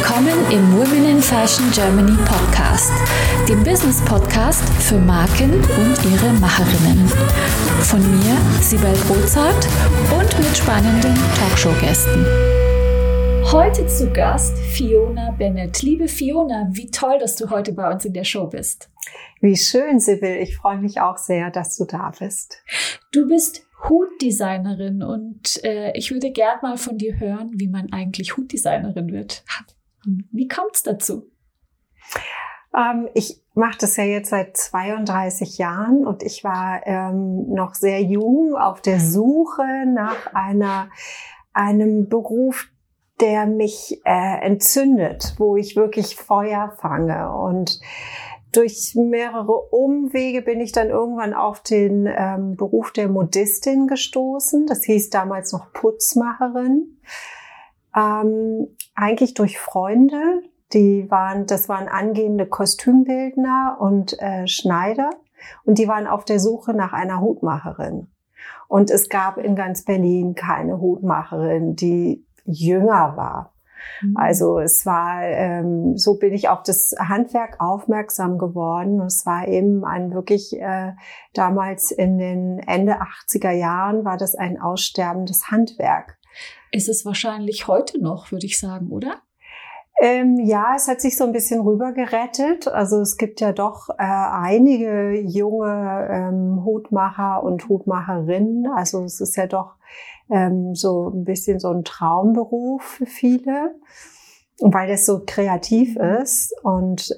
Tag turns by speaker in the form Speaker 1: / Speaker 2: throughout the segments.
Speaker 1: Willkommen im Women in Fashion Germany Podcast, dem Business Podcast für Marken und ihre Macherinnen. Von mir, Sibel Rozart, und mit spannenden Talkshow-Gästen. Heute zu Gast Fiona Bennett. Liebe Fiona, wie toll, dass du heute bei uns in der Show bist.
Speaker 2: Wie schön, Sibel. Ich freue mich auch sehr, dass du da bist.
Speaker 1: Du bist Hutdesignerin und ich würde gern mal von dir hören, wie man eigentlich Hutdesignerin wird. Wie kommt es dazu?
Speaker 2: Ich mache das ja jetzt seit 32 Jahren und ich war noch sehr jung auf der Suche nach einem Beruf, der mich entzündet, wo ich wirklich Feuer fange. Und durch mehrere Umwege bin ich dann irgendwann auf den Beruf der Modistin gestoßen. Das hieß damals noch Putzmacherin. Eigentlich durch Freunde. Das waren angehende Kostümbildner und Schneider. Und die waren auf der Suche nach einer Hutmacherin. Und es gab in ganz Berlin keine Hutmacherin, die jünger war. Also es war, so bin ich auf das Handwerk aufmerksam geworden. Es war eben damals in den Ende 80er Jahren war das ein aussterbendes Handwerk.
Speaker 1: Ist es wahrscheinlich heute noch, würde ich sagen, oder?
Speaker 2: Ja, es hat sich so ein bisschen rübergerettet. Also es gibt ja doch einige junge Hutmacher und Hutmacherinnen. Also es ist ja doch so ein bisschen so ein Traumberuf für viele, weil das so kreativ ist. Und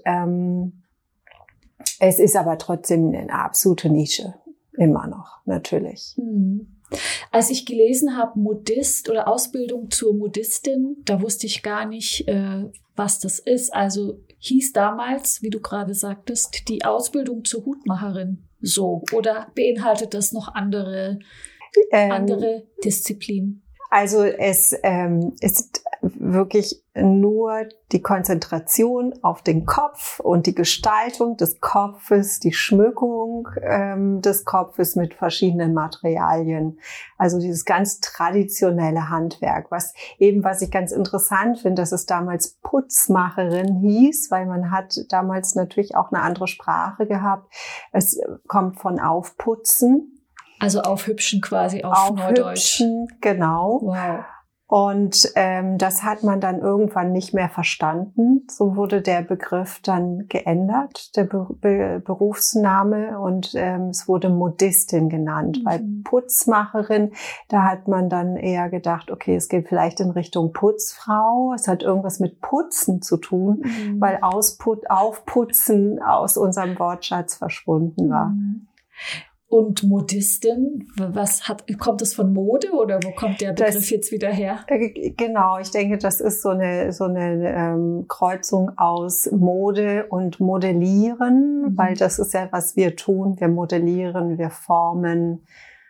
Speaker 2: es ist aber trotzdem eine absolute Nische, immer noch, natürlich.
Speaker 1: Als ich gelesen habe, Modist oder Ausbildung zur Modistin, da wusste ich gar nicht, was das ist. Also hieß damals, wie du gerade sagtest, die Ausbildung zur Hutmacherin so, oder beinhaltet das noch andere Disziplinen?
Speaker 2: Also es ist wirklich nur die Konzentration auf den Kopf und die Gestaltung des Kopfes, die Schmückung des Kopfes mit verschiedenen Materialien. Also dieses ganz traditionelle Handwerk, was ich ganz interessant finde, dass es damals Putzmacherin hieß, weil man hat damals natürlich auch eine andere Sprache gehabt. Es kommt von Aufputzen.
Speaker 1: Also aufhübschen quasi auf Neudeutsch.
Speaker 2: Aufhübschen, genau.
Speaker 1: Wow.
Speaker 2: Und das hat man dann irgendwann nicht mehr verstanden. So wurde der Begriff dann geändert, der Berufsname, und es wurde Modistin genannt. Weil Putzmacherin, da hat man dann eher gedacht, okay, es geht vielleicht in Richtung Putzfrau. Es hat irgendwas mit Putzen zu tun, weil Aufputzen aus unserem Wortschatz verschwunden war.
Speaker 1: Und Modistin, kommt das von Mode oder wo kommt der Begriff jetzt wieder her?
Speaker 2: Genau, ich denke, das ist so eine Kreuzung aus Mode und Modellieren, weil das ist ja, was wir tun. Wir modellieren, wir formen,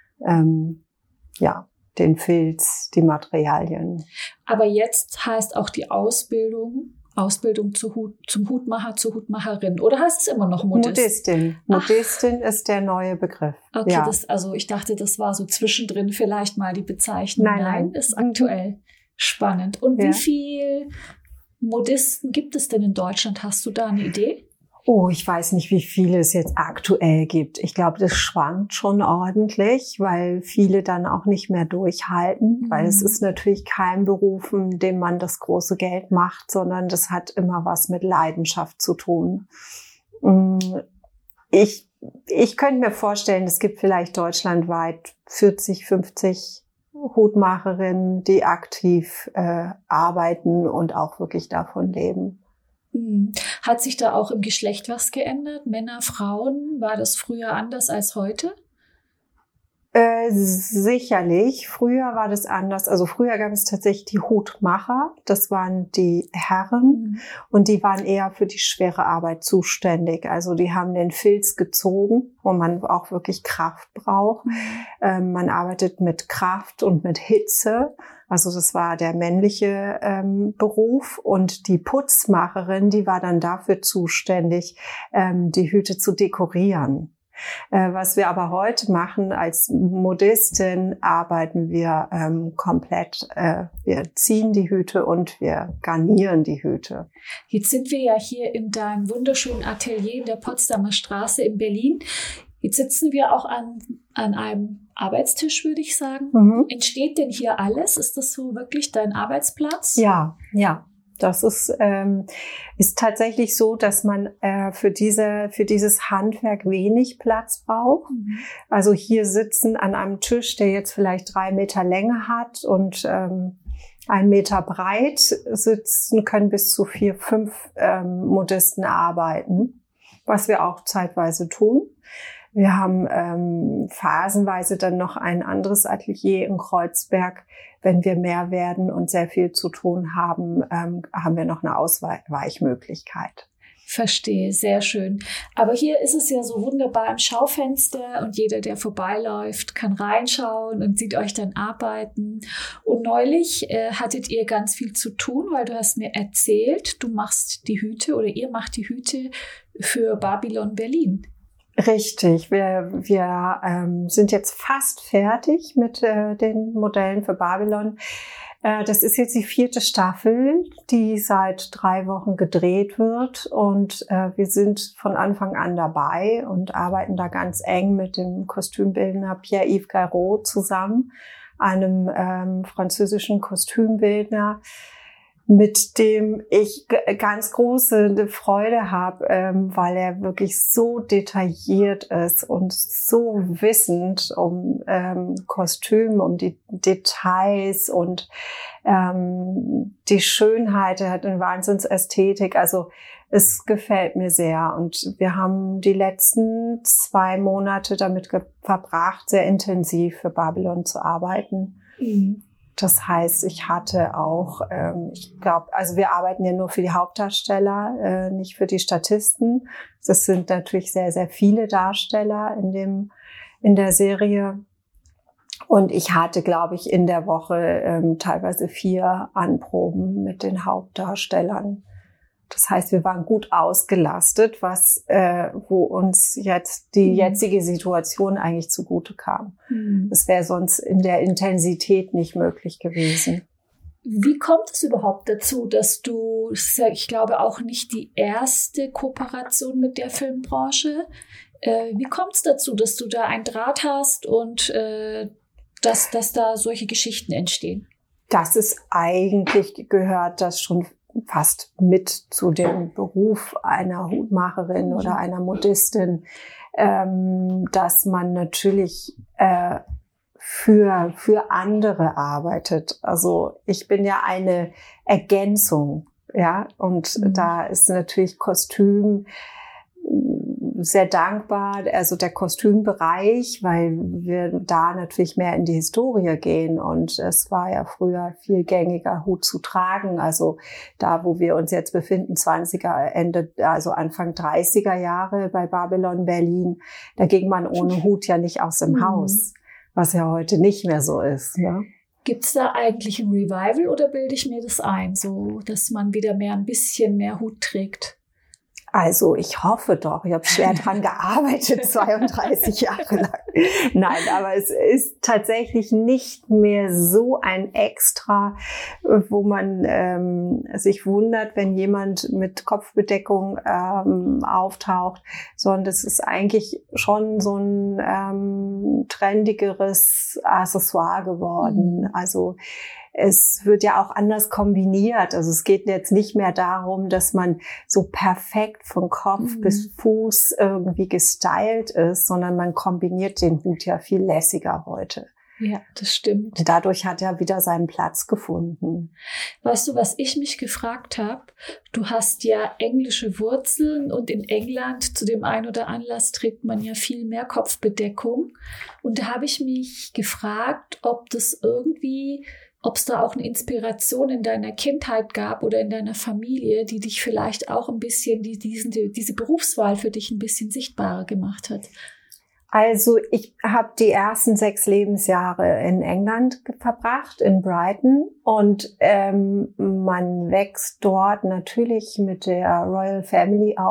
Speaker 2: den Filz, die Materialien.
Speaker 1: Aber jetzt heißt auch die Ausbildung zum Hutmacher, zur Hutmacherin. Oder heißt es immer noch
Speaker 2: Modistin? Modistin ist der neue Begriff.
Speaker 1: Okay,
Speaker 2: ja.
Speaker 1: Ich dachte, das war so zwischendrin vielleicht mal die Bezeichnung. Nein, ist aktuell spannend. Und wie viel Modisten gibt es denn in Deutschland? Hast du da eine Idee?
Speaker 2: Oh, ich weiß nicht, wie viele es jetzt aktuell gibt. Ich glaube, das schwankt schon ordentlich, weil viele dann auch nicht mehr durchhalten, weil es ist natürlich kein Beruf, in dem man das große Geld macht, sondern das hat immer was mit Leidenschaft zu tun. Ich könnte mir vorstellen, es gibt vielleicht deutschlandweit 40, 50 Hutmacherinnen, die aktiv arbeiten und auch wirklich davon leben.
Speaker 1: Hat sich da auch im Geschlecht was geändert? Männer, Frauen? War das früher anders als heute?
Speaker 2: Sicherlich. Früher war das anders. Also früher gab es tatsächlich die Hutmacher. Das waren die Herren und die waren eher für die schwere Arbeit zuständig. Also die haben den Filz gezogen, wo man auch wirklich Kraft braucht. Man arbeitet mit Kraft und mit Hitze. Also das war der männliche Beruf, und die Putzmacherin, die war dann dafür zuständig, die Hüte zu dekorieren. Was wir aber heute machen, als Modistin arbeiten wir komplett. Wir ziehen die Hüte und wir garnieren die Hüte.
Speaker 1: Jetzt sind wir ja hier in deinem wunderschönen Atelier in der Potsdamer Straße in Berlin. Jetzt sitzen wir auch an einem Arbeitstisch, würde ich sagen. Entsteht denn hier alles? Ist das so wirklich dein Arbeitsplatz?
Speaker 2: Ja. Das ist tatsächlich so, dass man für dieses Handwerk wenig Platz braucht. Also hier sitzen an einem Tisch, der jetzt vielleicht 3 Meter Länge hat und 1 Meter breit, sitzen können bis zu 4, 5 Modisten arbeiten, was wir auch zeitweise tun. Wir haben phasenweise dann noch ein anderes Atelier in Kreuzberg. Wenn wir mehr werden und sehr viel zu tun haben, haben wir noch eine Ausweichmöglichkeit.
Speaker 1: Verstehe, sehr schön. Aber hier ist es ja so wunderbar im Schaufenster und jeder, der vorbeiläuft, kann reinschauen und sieht euch dann arbeiten. Und neulich hattet ihr ganz viel zu tun, weil du hast mir erzählt, du machst die Hüte oder ihr macht die Hüte für Babylon Berlin.
Speaker 2: Richtig, wir sind jetzt fast fertig mit den Modellen für Babylon. Das ist jetzt die 4. Staffel, die seit 3 Wochen gedreht wird und wir sind von Anfang an dabei und arbeiten da ganz eng mit dem Kostümbildner Pierre-Yves Gayraud zusammen, einem französischen Kostümbildner, mit dem ich ganz große Freude habe, weil er wirklich so detailliert ist und so wissend um Kostüm, um die Details und die Schönheit. Er hat eine Wahnsinnsästhetik. Also es gefällt mir sehr. Und wir haben die letzten 2 Monate damit verbracht, sehr intensiv für Babylon zu arbeiten. Das heißt, ich hatte auch, ich glaube, also wir arbeiten ja nur für die Hauptdarsteller, nicht für die Statisten. Das sind natürlich sehr, sehr viele Darsteller in der Serie. Und ich hatte, glaube ich, in der Woche teilweise 4 Anproben mit den Hauptdarstellern. Das heißt, wir waren gut ausgelastet, wo uns jetzt die jetzige Situation eigentlich zugute kam. Das wäre sonst in der Intensität nicht möglich gewesen.
Speaker 1: Wie kommt es überhaupt dazu, dass du, ich glaube auch nicht die erste Kooperation mit der Filmbranche, wie kommt es dazu, dass du da einen Draht hast und dass da solche Geschichten entstehen?
Speaker 2: Das ist eigentlich, gehört das schon fast mit zu dem Beruf einer Hutmacherin oder einer Modistin, dass man natürlich für andere arbeitet. Also ich bin ja eine Ergänzung, ja, und da ist natürlich Kostüm sehr dankbar, also der Kostümbereich, weil wir da natürlich mehr in die Historie gehen und es war ja früher viel gängiger, Hut zu tragen, also da, wo wir uns jetzt befinden, also Anfang 30er Jahre bei Babylon Berlin, da ging man ohne Hut ja nicht aus dem Haus, was ja heute nicht mehr so ist, ja.
Speaker 1: Gibt's da eigentlich ein Revival oder bilde ich mir das ein, so dass man wieder ein bisschen mehr Hut trägt?
Speaker 2: Also ich hoffe doch, ich habe schwer dran gearbeitet, 32 Jahre lang. Nein, aber es ist tatsächlich nicht mehr so ein Extra, wo man sich wundert, wenn jemand mit Kopfbedeckung auftaucht, sondern es ist eigentlich schon so ein trendigeres Accessoire geworden. Also es wird ja auch anders kombiniert. Also es geht jetzt nicht mehr darum, dass man so perfekt von Kopf bis Fuß irgendwie gestylt ist, sondern man kombiniert den Hut ja viel lässiger heute.
Speaker 1: Ja, das stimmt.
Speaker 2: Dadurch hat er wieder seinen Platz gefunden.
Speaker 1: Weißt du, was ich mich gefragt habe? Du hast ja englische Wurzeln und in England zu dem einen oder Anlass trägt man ja viel mehr Kopfbedeckung. Und da habe ich mich gefragt, ob es da auch eine Inspiration in deiner Kindheit gab oder in deiner Familie, die dich vielleicht auch ein bisschen, diese Berufswahl für dich ein bisschen sichtbarer gemacht hat.
Speaker 2: Also ich habe die ersten 6 Lebensjahre in England verbracht, in Brighton. Und man wächst dort natürlich mit der Royal Family auf.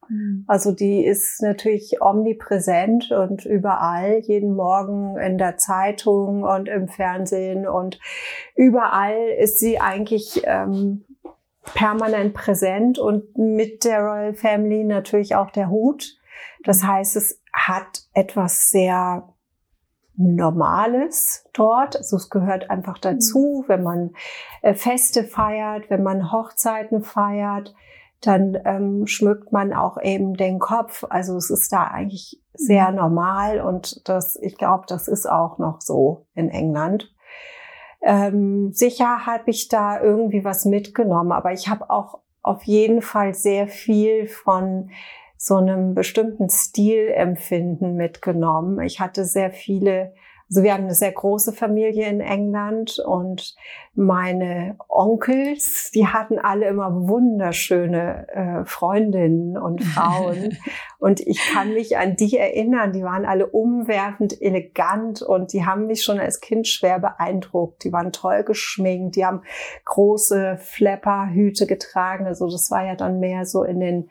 Speaker 2: Also die ist natürlich omnipräsent und überall, jeden Morgen in der Zeitung und im Fernsehen und überall ist sie eigentlich permanent präsent und mit der Royal Family natürlich auch der Hut. Das heißt, es hat etwas sehr Normales dort. Also es gehört einfach dazu, wenn man Feste feiert, wenn man Hochzeiten feiert, dann schmückt man auch eben den Kopf. Also es ist da eigentlich sehr normal und ich glaube, das ist auch noch so in England. Sicher habe ich da irgendwie was mitgenommen, aber ich habe auch auf jeden Fall sehr viel von so einem bestimmten Stilempfinden mitgenommen. Ich hatte sehr viele, also wir haben eine sehr große Familie in England und meine Onkels, die hatten alle immer wunderschöne Freundinnen und Frauen. Und ich kann mich an die erinnern, die waren alle umwerfend elegant und die haben mich schon als Kind schwer beeindruckt. Die waren toll geschminkt, die haben große Flapperhüte getragen. Also das war ja dann mehr so in den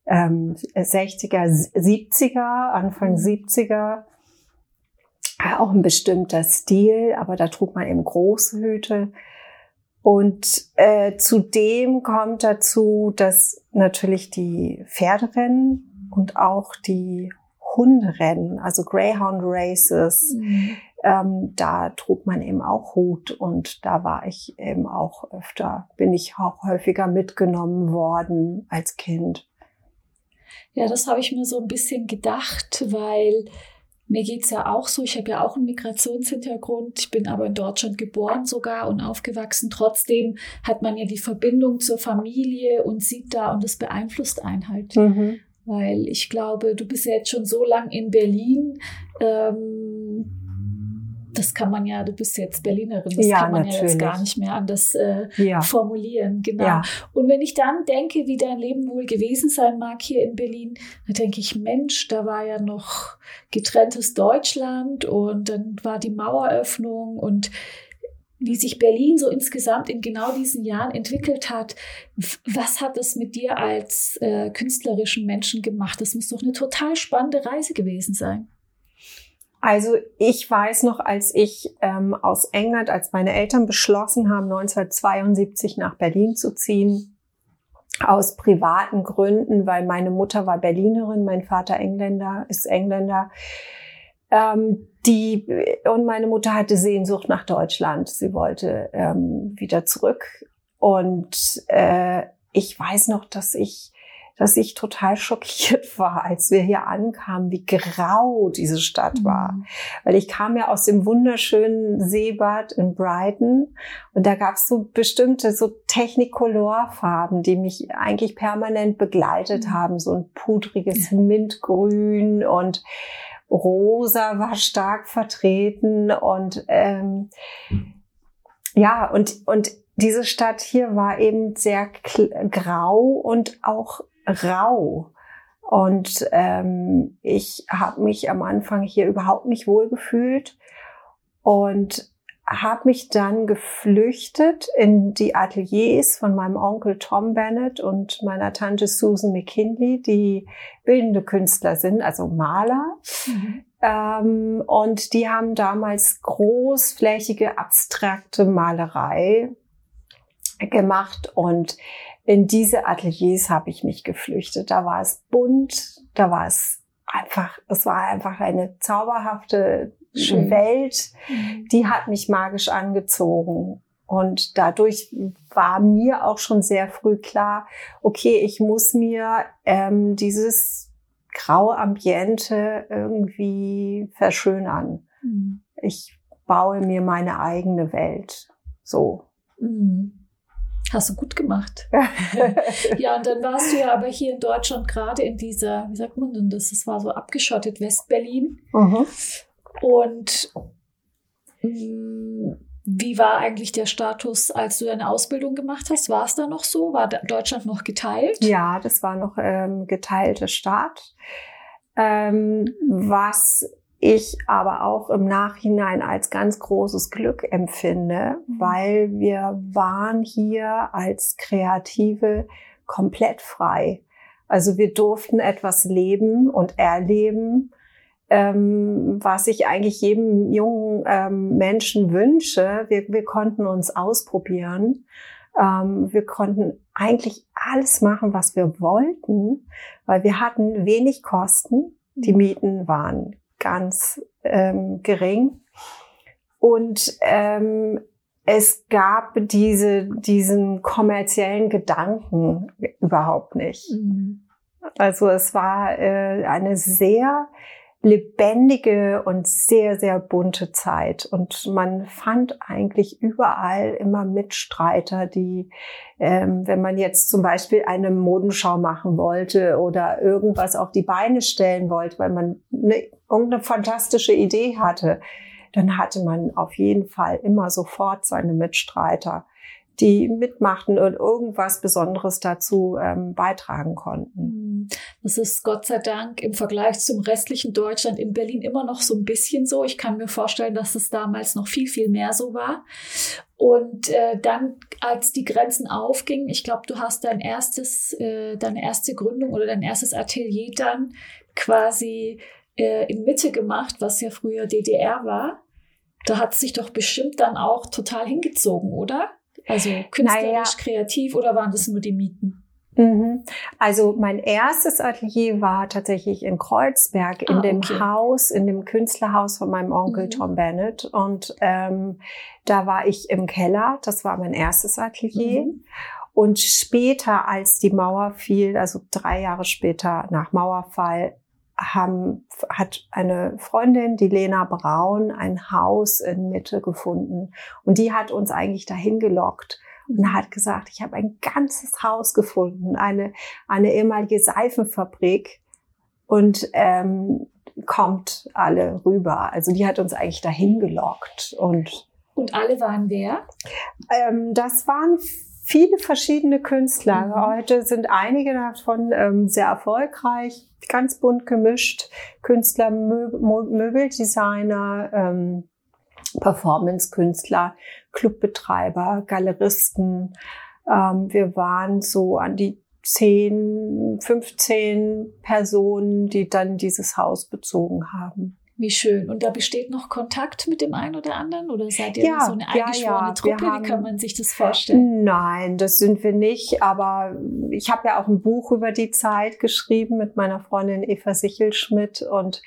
Speaker 2: 60er, 70er, Anfang 70er. Auch ein bestimmter Stil, aber da trug man eben große Hüte. Und zudem kommt dazu, dass natürlich die Pferderennen und auch die Hunderennen, also Greyhound Races, da trug man eben auch Hut und da war ich eben auch bin ich auch häufiger mitgenommen worden als Kind.
Speaker 1: Ja, das habe ich mir so ein bisschen gedacht, weil mir geht's ja auch so, ich habe ja auch einen Migrationshintergrund, ich bin aber in Deutschland geboren sogar und aufgewachsen. Trotzdem hat man ja die Verbindung zur Familie und sieht da und das beeinflusst einen halt. Weil ich glaube, du bist ja jetzt schon so lang in Berlin, das kann man ja, du bist jetzt Berlinerin, das kann man ja jetzt gar nicht mehr anders formulieren. Genau. Ja. Und wenn ich dann denke, wie dein Leben wohl gewesen sein mag hier in Berlin, dann denke ich, Mensch, da war ja noch getrenntes Deutschland und dann war die Maueröffnung und wie sich Berlin so insgesamt in genau diesen Jahren entwickelt hat. Was hat das mit dir als künstlerischen Menschen gemacht? Das muss doch eine total spannende Reise gewesen sein.
Speaker 2: Also ich weiß noch, als ich aus England, als meine Eltern beschlossen haben, 1972 nach Berlin zu ziehen, aus privaten Gründen, weil meine Mutter war Berlinerin, mein Vater ist Engländer. Und meine Mutter hatte Sehnsucht nach Deutschland. Sie wollte wieder zurück. Und ich weiß noch, dass ich total schockiert war, als wir hier ankamen, wie grau diese Stadt war. Weil ich kam ja aus dem wunderschönen Seebad in Brighton und da gab es so bestimmte so Technicolor-Farben, die mich eigentlich permanent begleitet haben. So ein pudriges Mintgrün und Rosa war stark vertreten und und diese Stadt hier war eben sehr grau und auch rau. Und ich habe mich am Anfang hier überhaupt nicht wohl gefühlt und habe mich dann geflüchtet in die Ateliers von meinem Onkel Tom Bennett und meiner Tante Susan McKinley, die bildende Künstler sind, also Maler. Und die haben damals großflächige, abstrakte Malerei gemacht und in diese Ateliers habe ich mich geflüchtet. Da war es bunt, es war einfach eine zauberhafte Welt, die hat mich magisch angezogen. Und dadurch war mir auch schon sehr früh klar, okay, ich muss mir dieses graue Ambiente irgendwie verschönern. Ich baue mir meine eigene Welt. So.
Speaker 1: Hast du gut gemacht. Ja, und dann warst du ja aber hier in Deutschland gerade in dieser, wie sagt man denn das? Das war so abgeschottet Westberlin. Und wie war eigentlich der Status, als du deine Ausbildung gemacht hast? War es da noch so? War Deutschland noch geteilt?
Speaker 2: Ja, das war noch geteilte Staat. Was ich aber auch im Nachhinein als ganz großes Glück empfinde, weil wir waren hier als Kreative komplett frei. Also wir durften etwas leben und erleben, was ich eigentlich jedem jungen Menschen wünsche. Wir konnten uns ausprobieren. Wir konnten eigentlich alles machen, was wir wollten, weil wir hatten wenig Kosten. Die Mieten waren ganz gering. Und es gab diesen kommerziellen Gedanken überhaupt nicht. Also es war eine sehr lebendige und sehr, sehr bunte Zeit. Und man fand eigentlich überall immer Mitstreiter, die, wenn man jetzt zum Beispiel eine Modenschau machen wollte oder irgendwas auf die Beine stellen wollte, weil man irgendeine fantastische Idee hatte, dann hatte man auf jeden Fall immer sofort seine Mitstreiter, die mitmachten und irgendwas Besonderes dazu beitragen konnten.
Speaker 3: Das ist Gott sei Dank im Vergleich zum restlichen Deutschland in Berlin immer noch so ein bisschen so. Ich kann mir vorstellen, dass es damals noch viel, viel mehr so war. Und dann, als die Grenzen aufgingen, ich glaube, du hast deine erste Gründung oder dein erstes Atelier dann quasi in Mitte gemacht, was ja früher DDR war. Da hat es sich doch bestimmt dann auch total hingezogen, oder? Also künstlerisch, kreativ, oder waren das nur die Mieten?
Speaker 2: Also mein erstes Atelier war tatsächlich in Kreuzberg, in dem Haus, in dem Künstlerhaus von meinem Onkel Tom Bennett. Und da war ich im Keller, das war mein erstes Atelier. Und später, als die Mauer fiel, also 3 Jahre später nach Mauerfall, hat eine Freundin, die Lena Braun, ein Haus in Mitte gefunden. Und die hat uns eigentlich dahin gelockt und hat gesagt, ich habe ein ganzes Haus gefunden, eine ehemalige Seifenfabrik, und kommt alle rüber. Also die hat uns eigentlich dahin gelockt. Und
Speaker 3: alle waren wer?
Speaker 2: Das waren viele verschiedene Künstler. Heute sind einige davon sehr erfolgreich, ganz bunt gemischt. Künstler, Möbeldesigner, Performance-Künstler, Clubbetreiber, Galeristen. Wir waren so an die 10, 15 Personen, die dann dieses Haus bezogen haben.
Speaker 3: Wie schön. Und da besteht noch Kontakt mit dem einen oder anderen? Oder seid ihr so eine eingeschworene Truppe? Wie kann man sich das vorstellen?
Speaker 2: Nein, das sind wir nicht. Aber ich habe ja auch ein Buch über die Zeit geschrieben mit meiner Freundin Eva Sichelschmidt. Und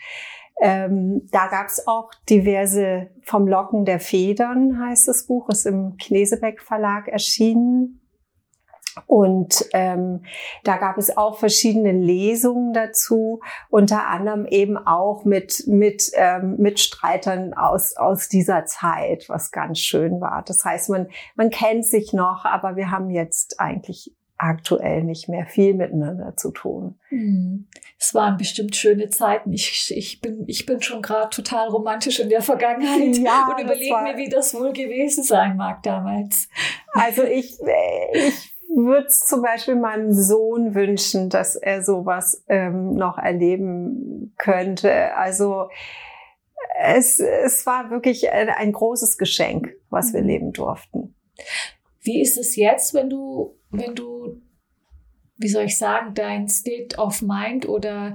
Speaker 2: da gab es auch diverse, vom Locken der Federn heißt das Buch, ist im Knesebeck Verlag erschienen. Und da gab es auch verschiedene Lesungen dazu, unter anderem eben auch mit Mitstreitern aus dieser Zeit, was ganz schön war. Das heißt, man kennt sich noch, aber wir haben jetzt eigentlich aktuell nicht mehr viel miteinander zu tun.
Speaker 3: Es waren bestimmt schöne Zeiten. Ich bin schon gerade total romantisch in der Vergangenheit und überlege mir, wie das wohl gewesen sein mag damals.
Speaker 2: Also ich würde es zum Beispiel meinem Sohn wünschen, dass er sowas noch erleben könnte. Also es war wirklich ein großes Geschenk, was wir leben durften.
Speaker 3: Wie ist es jetzt, wenn du, wie soll ich sagen, dein State of Mind oder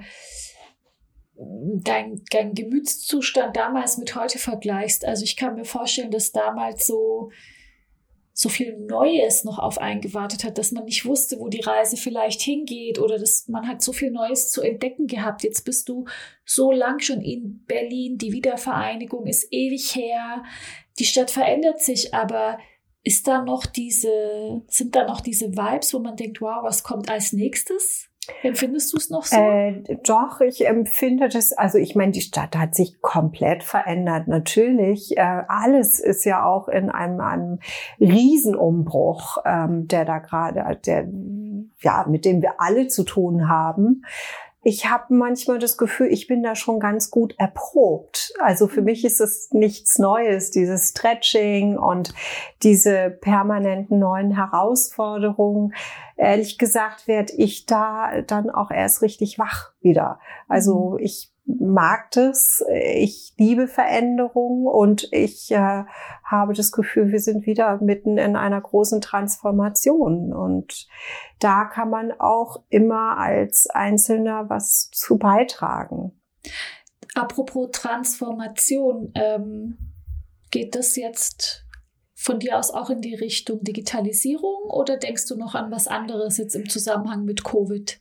Speaker 3: dein Gemütszustand damals mit heute vergleichst? Also ich kann mir vorstellen, dass damals so viel Neues noch auf einen gewartet hat, dass man nicht wusste, wo die Reise vielleicht hingeht, oder dass man hat so viel Neues zu entdecken gehabt. Jetzt bist du so lang schon in Berlin, die Wiedervereinigung ist ewig her, die Stadt verändert sich, aber sind da noch diese Vibes, wo man denkt, wow, was kommt als nächstes? Empfindest du es noch so?
Speaker 2: Doch, ich empfinde das, also ich meine, die Stadt hat sich komplett verändert, natürlich. Alles ist ja auch in einem Riesenumbruch, der da gerade, mit dem wir alle zu tun haben. Ich habe manchmal das Gefühl, ich bin da schon ganz gut erprobt. Also für mich ist es nichts Neues, dieses Stretching und diese permanenten neuen Herausforderungen. Ehrlich gesagt werde ich da dann auch erst richtig wach wieder. Also ich mag das. Ich liebe Veränderung und ich habe das Gefühl, wir sind wieder mitten in einer großen Transformation. Und da kann man auch immer als Einzelner was zu beitragen.
Speaker 3: Apropos Transformation, geht das jetzt von dir aus auch in die Richtung Digitalisierung oder denkst du noch an was anderes jetzt im Zusammenhang mit Covid?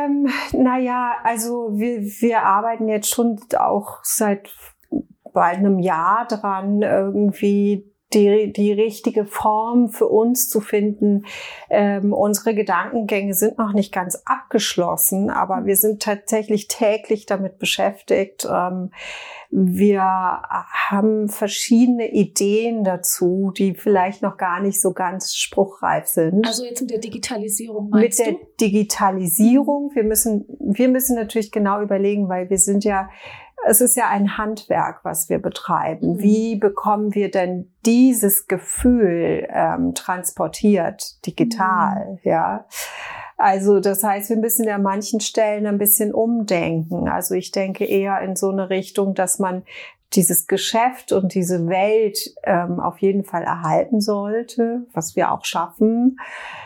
Speaker 2: Also wir arbeiten jetzt schon auch seit bald einem Jahr dran, irgendwie die richtige Form für uns zu finden. Unsere Gedankengänge sind noch nicht ganz abgeschlossen, aber wir sind tatsächlich täglich damit beschäftigt. Wir haben verschiedene Ideen dazu, die vielleicht noch gar nicht so ganz spruchreif sind.
Speaker 3: Also jetzt mit der Digitalisierung meinst du?
Speaker 2: Mit der Digitalisierung. Wir müssen natürlich genau überlegen, weil es ist ja ein Handwerk, was wir betreiben. Wie bekommen wir denn dieses Gefühl transportiert, digital, ja? Also das heißt, wir müssen ja an manchen Stellen ein bisschen umdenken. Also ich denke eher in so eine Richtung, dass man dieses Geschäft und diese Welt auf jeden Fall erhalten sollte, was wir auch schaffen,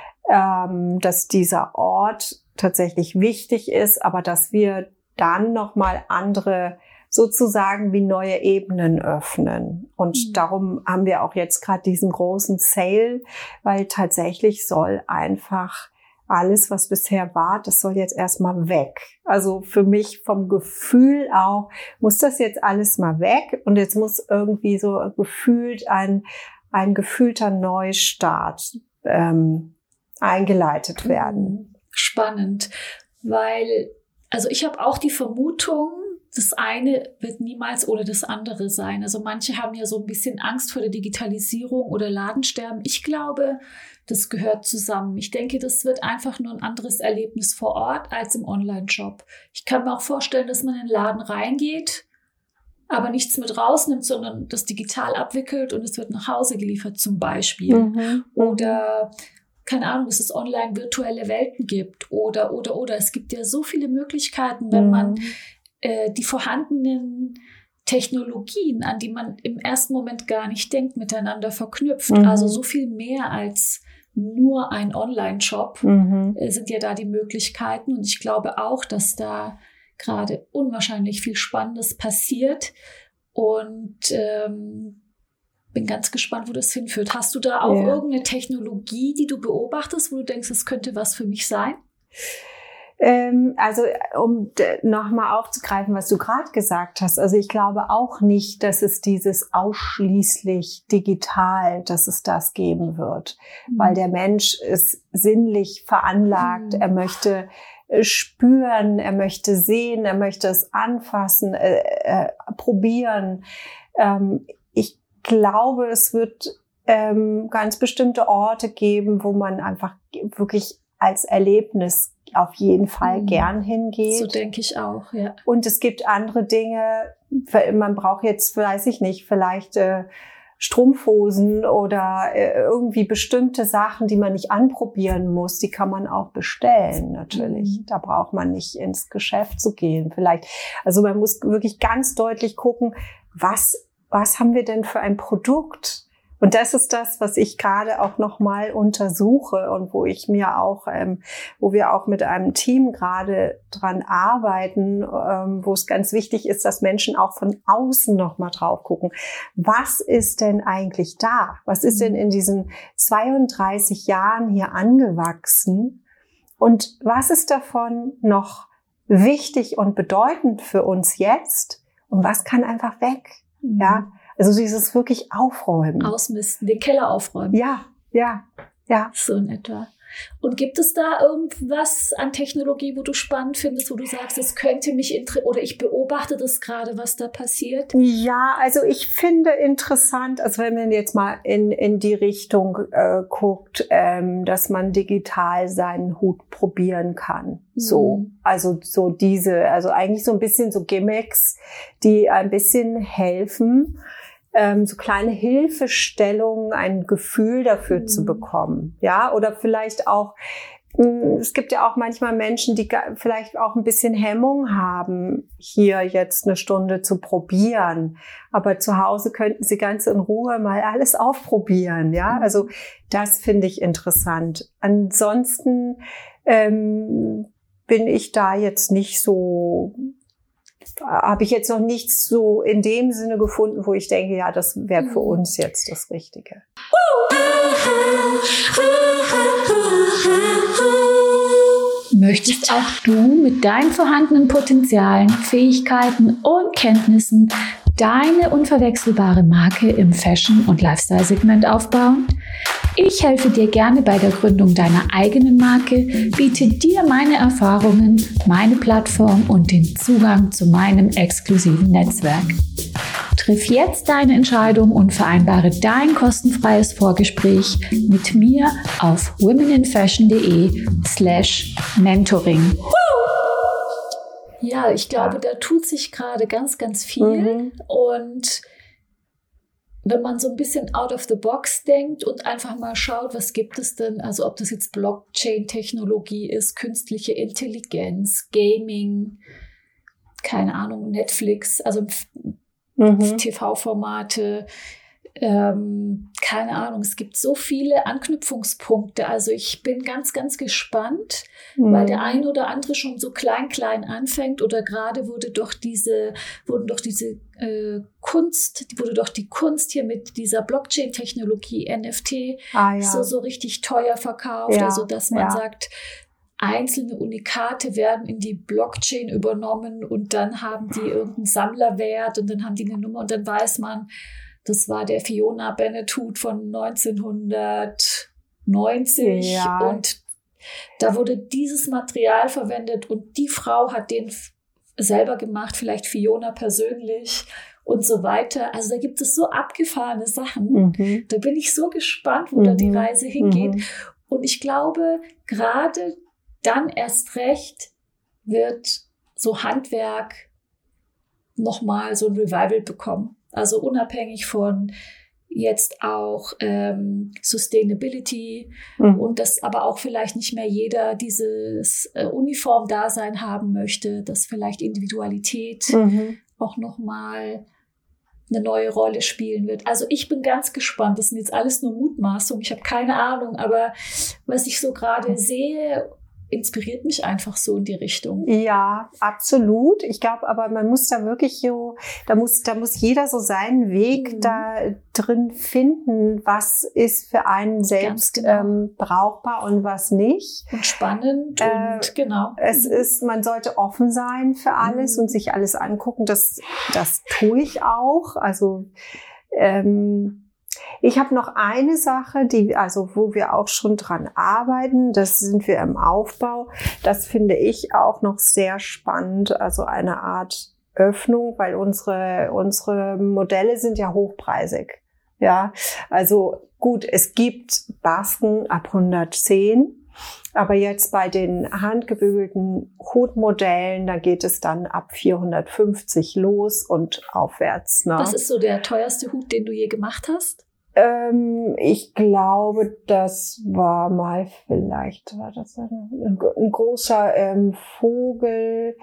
Speaker 2: dass dieser Ort tatsächlich wichtig ist, aber dass wir dann nochmal andere sozusagen wie neue Ebenen öffnen. Und darum haben wir auch jetzt gerade diesen großen Sale, weil tatsächlich soll einfach alles, was bisher war, das soll jetzt erstmal weg. Also für mich vom Gefühl auch, muss das jetzt alles mal weg und jetzt muss irgendwie so gefühlt ein gefühlter Neustart eingeleitet werden.
Speaker 3: Spannend, weil also ich habe auch die Vermutung, das eine wird niemals ohne das andere sein. Also manche haben ja so ein bisschen Angst vor der Digitalisierung oder Ladensterben. Ich glaube, das gehört zusammen. Ich denke, das wird einfach nur ein anderes Erlebnis vor Ort als im Online-Shop. Ich kann mir auch vorstellen, dass man in den Laden reingeht, aber nichts mit rausnimmt, sondern das digital abwickelt und es wird nach Hause geliefert zum Beispiel. Oder keine Ahnung, dass es online virtuelle Welten gibt oder. Es gibt ja so viele Möglichkeiten, wenn man die vorhandenen Technologien, an die man im ersten Moment gar nicht denkt, miteinander verknüpft. Also so viel mehr als nur ein Online-Shop sind ja da die Möglichkeiten. Und ich glaube auch, dass da gerade unwahrscheinlich viel Spannendes passiert. Und bin ganz gespannt, wo das hinführt. Hast du da auch irgendeine Technologie, die du beobachtest, wo du denkst, das könnte was für mich sein?
Speaker 2: Also um nochmal aufzugreifen, was du gerade gesagt hast. Also ich glaube auch nicht, dass es dieses ausschließlich digital, dass es das geben wird. Weil der Mensch ist sinnlich veranlagt. Er möchte spüren, er möchte sehen, er möchte es anfassen, probieren. Ich glaube, es wird ganz bestimmte Orte geben, wo man einfach wirklich als Erlebnis auf jeden Fall gern hingeht.
Speaker 3: So denke ich auch, ja.
Speaker 2: Und es gibt andere Dinge, man braucht jetzt, weiß ich nicht, vielleicht Strumpfhosen oder irgendwie bestimmte Sachen, die man nicht anprobieren muss, die kann man auch bestellen, natürlich. Da braucht man nicht ins Geschäft zu gehen, vielleicht. Also man muss wirklich ganz deutlich gucken, was haben wir denn für ein Produkt? Und das ist das, was ich gerade auch nochmal untersuche und wo ich mir auch, wo wir auch mit einem Team gerade dran arbeiten, wo es ganz wichtig ist, dass Menschen auch von außen nochmal drauf gucken. Was ist denn eigentlich da? Was ist denn in diesen 32 Jahren hier angewachsen? Und was ist davon noch wichtig und bedeutend für uns jetzt? Und was kann einfach weg? Ja. Also dieses wirklich Aufräumen.
Speaker 3: Ausmisten, den Keller aufräumen.
Speaker 2: Ja.
Speaker 3: So in etwa. Und gibt es da irgendwas an Technologie, wo du spannend findest, wo du sagst, es könnte mich interessieren oder ich beobachte das gerade, was da passiert?
Speaker 2: Ja, also ich finde interessant, also wenn man jetzt mal in die Richtung guckt, dass man digital seinen Hut probieren kann. So, also eigentlich so ein bisschen so Gimmicks, die ein bisschen helfen, so kleine Hilfestellungen, ein Gefühl dafür zu bekommen, ja, oder vielleicht auch Es gibt ja auch manchmal Menschen, die vielleicht auch ein bisschen Hemmung haben, hier jetzt eine Stunde zu probieren. Aber zu Hause könnten sie ganz in Ruhe mal alles aufprobieren. Ja, also das finde ich interessant. Ansonsten bin ich da jetzt nicht so, habe ich jetzt noch nichts so in dem Sinne gefunden, wo ich denke, ja, das wäre für uns jetzt das Richtige.
Speaker 1: Möchtest auch du mit deinen vorhandenen Potenzialen, Fähigkeiten und Kenntnissen deine unverwechselbare Marke im Fashion- und Lifestyle-Segment aufbauen? Ich helfe dir gerne bei der Gründung deiner eigenen Marke, biete dir meine Erfahrungen, meine Plattform und den Zugang zu meinem exklusiven Netzwerk. Triff jetzt deine Entscheidung und vereinbare dein kostenfreies Vorgespräch mit mir auf womeninfashion.de/mentoring.
Speaker 3: Ja, ich glaube, da tut sich gerade ganz, ganz viel. Und wenn man so ein bisschen out of the box denkt und einfach mal schaut, was gibt es denn, also ob das jetzt Blockchain-Technologie ist, künstliche Intelligenz, Gaming, keine Ahnung, Netflix, also TV-Formate, keine Ahnung, es gibt so viele Anknüpfungspunkte. Also ich bin ganz, ganz gespannt, weil der ein oder andere schon so klein anfängt oder gerade wurde doch die Kunst hier mit dieser Blockchain-Technologie, NFT, so richtig teuer verkauft, also dass man sagt, einzelne Unikate werden in die Blockchain übernommen und dann haben die irgendeinen Sammlerwert und dann haben die eine Nummer und dann weiß man, das war der Fiona Benetut von 1990 und da wurde dieses Material verwendet und die Frau hat den selber gemacht, vielleicht Fiona persönlich und so weiter. Also da gibt es so abgefahrene Sachen. Da bin ich so gespannt, wo da die Reise hingeht. Und ich glaube, gerade dann erst recht wird so Handwerk nochmal so ein Revival bekommen. Also unabhängig von jetzt auch Sustainability und dass aber auch vielleicht nicht mehr jeder dieses Uniform-Dasein haben möchte, dass vielleicht Individualität auch nochmal eine neue Rolle spielen wird. Also ich bin ganz gespannt. Das sind jetzt alles nur Mutmaßungen. Ich habe keine Ahnung, aber was ich so gerade sehe, inspiriert mich einfach so in die Richtung.
Speaker 2: Ja, absolut. Ich glaube, aber man muss da wirklich so, da muss jeder so seinen Weg da drin finden, was ist für einen selbst brauchbar und was nicht.
Speaker 3: Und spannend und genau.
Speaker 2: Es ist, man sollte offen sein für alles und sich alles angucken. Das tue ich auch. Also, ich habe noch eine Sache, wo wir auch schon dran arbeiten. Das sind wir im Aufbau. Das finde ich auch noch sehr spannend. Also eine Art Öffnung, weil unsere Modelle sind ja hochpreisig. Ja, also gut, es gibt Basken ab 110. Aber jetzt bei den handgebügelten Hutmodellen, da geht es dann ab 450 los und aufwärts. Ne?
Speaker 3: Was ist so der teuerste Hut, den du je gemacht hast?
Speaker 2: Ich glaube, das war mal vielleicht, war das ein großer Vogel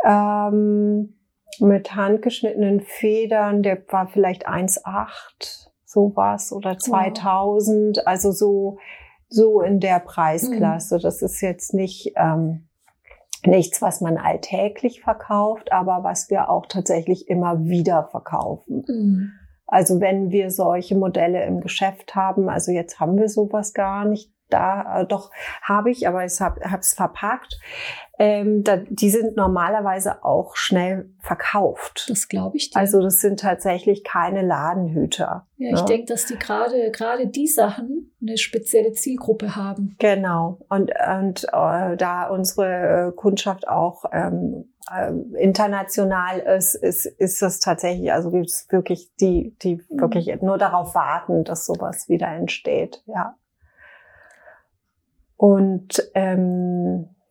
Speaker 2: mit handgeschnittenen Federn, der war vielleicht 1,8, sowas, oder 2000, also so in der Preisklasse. Das ist jetzt nicht nichts, was man alltäglich verkauft, aber was wir auch tatsächlich immer wieder verkaufen. Also wenn wir solche Modelle im Geschäft haben, also jetzt haben wir sowas gar nicht da, doch habe ich, aber ich habe es verpackt. Die sind normalerweise auch schnell verkauft.
Speaker 3: Das glaube ich dir.
Speaker 2: Also das sind tatsächlich keine Ladenhüter.
Speaker 3: Ja, ich denke, dass die gerade die Sachen eine spezielle Zielgruppe haben.
Speaker 2: Genau. Und da unsere Kundschaft auch international ist das tatsächlich, also gibt es wirklich die wirklich nur darauf warten, dass sowas wieder entsteht, ja. Und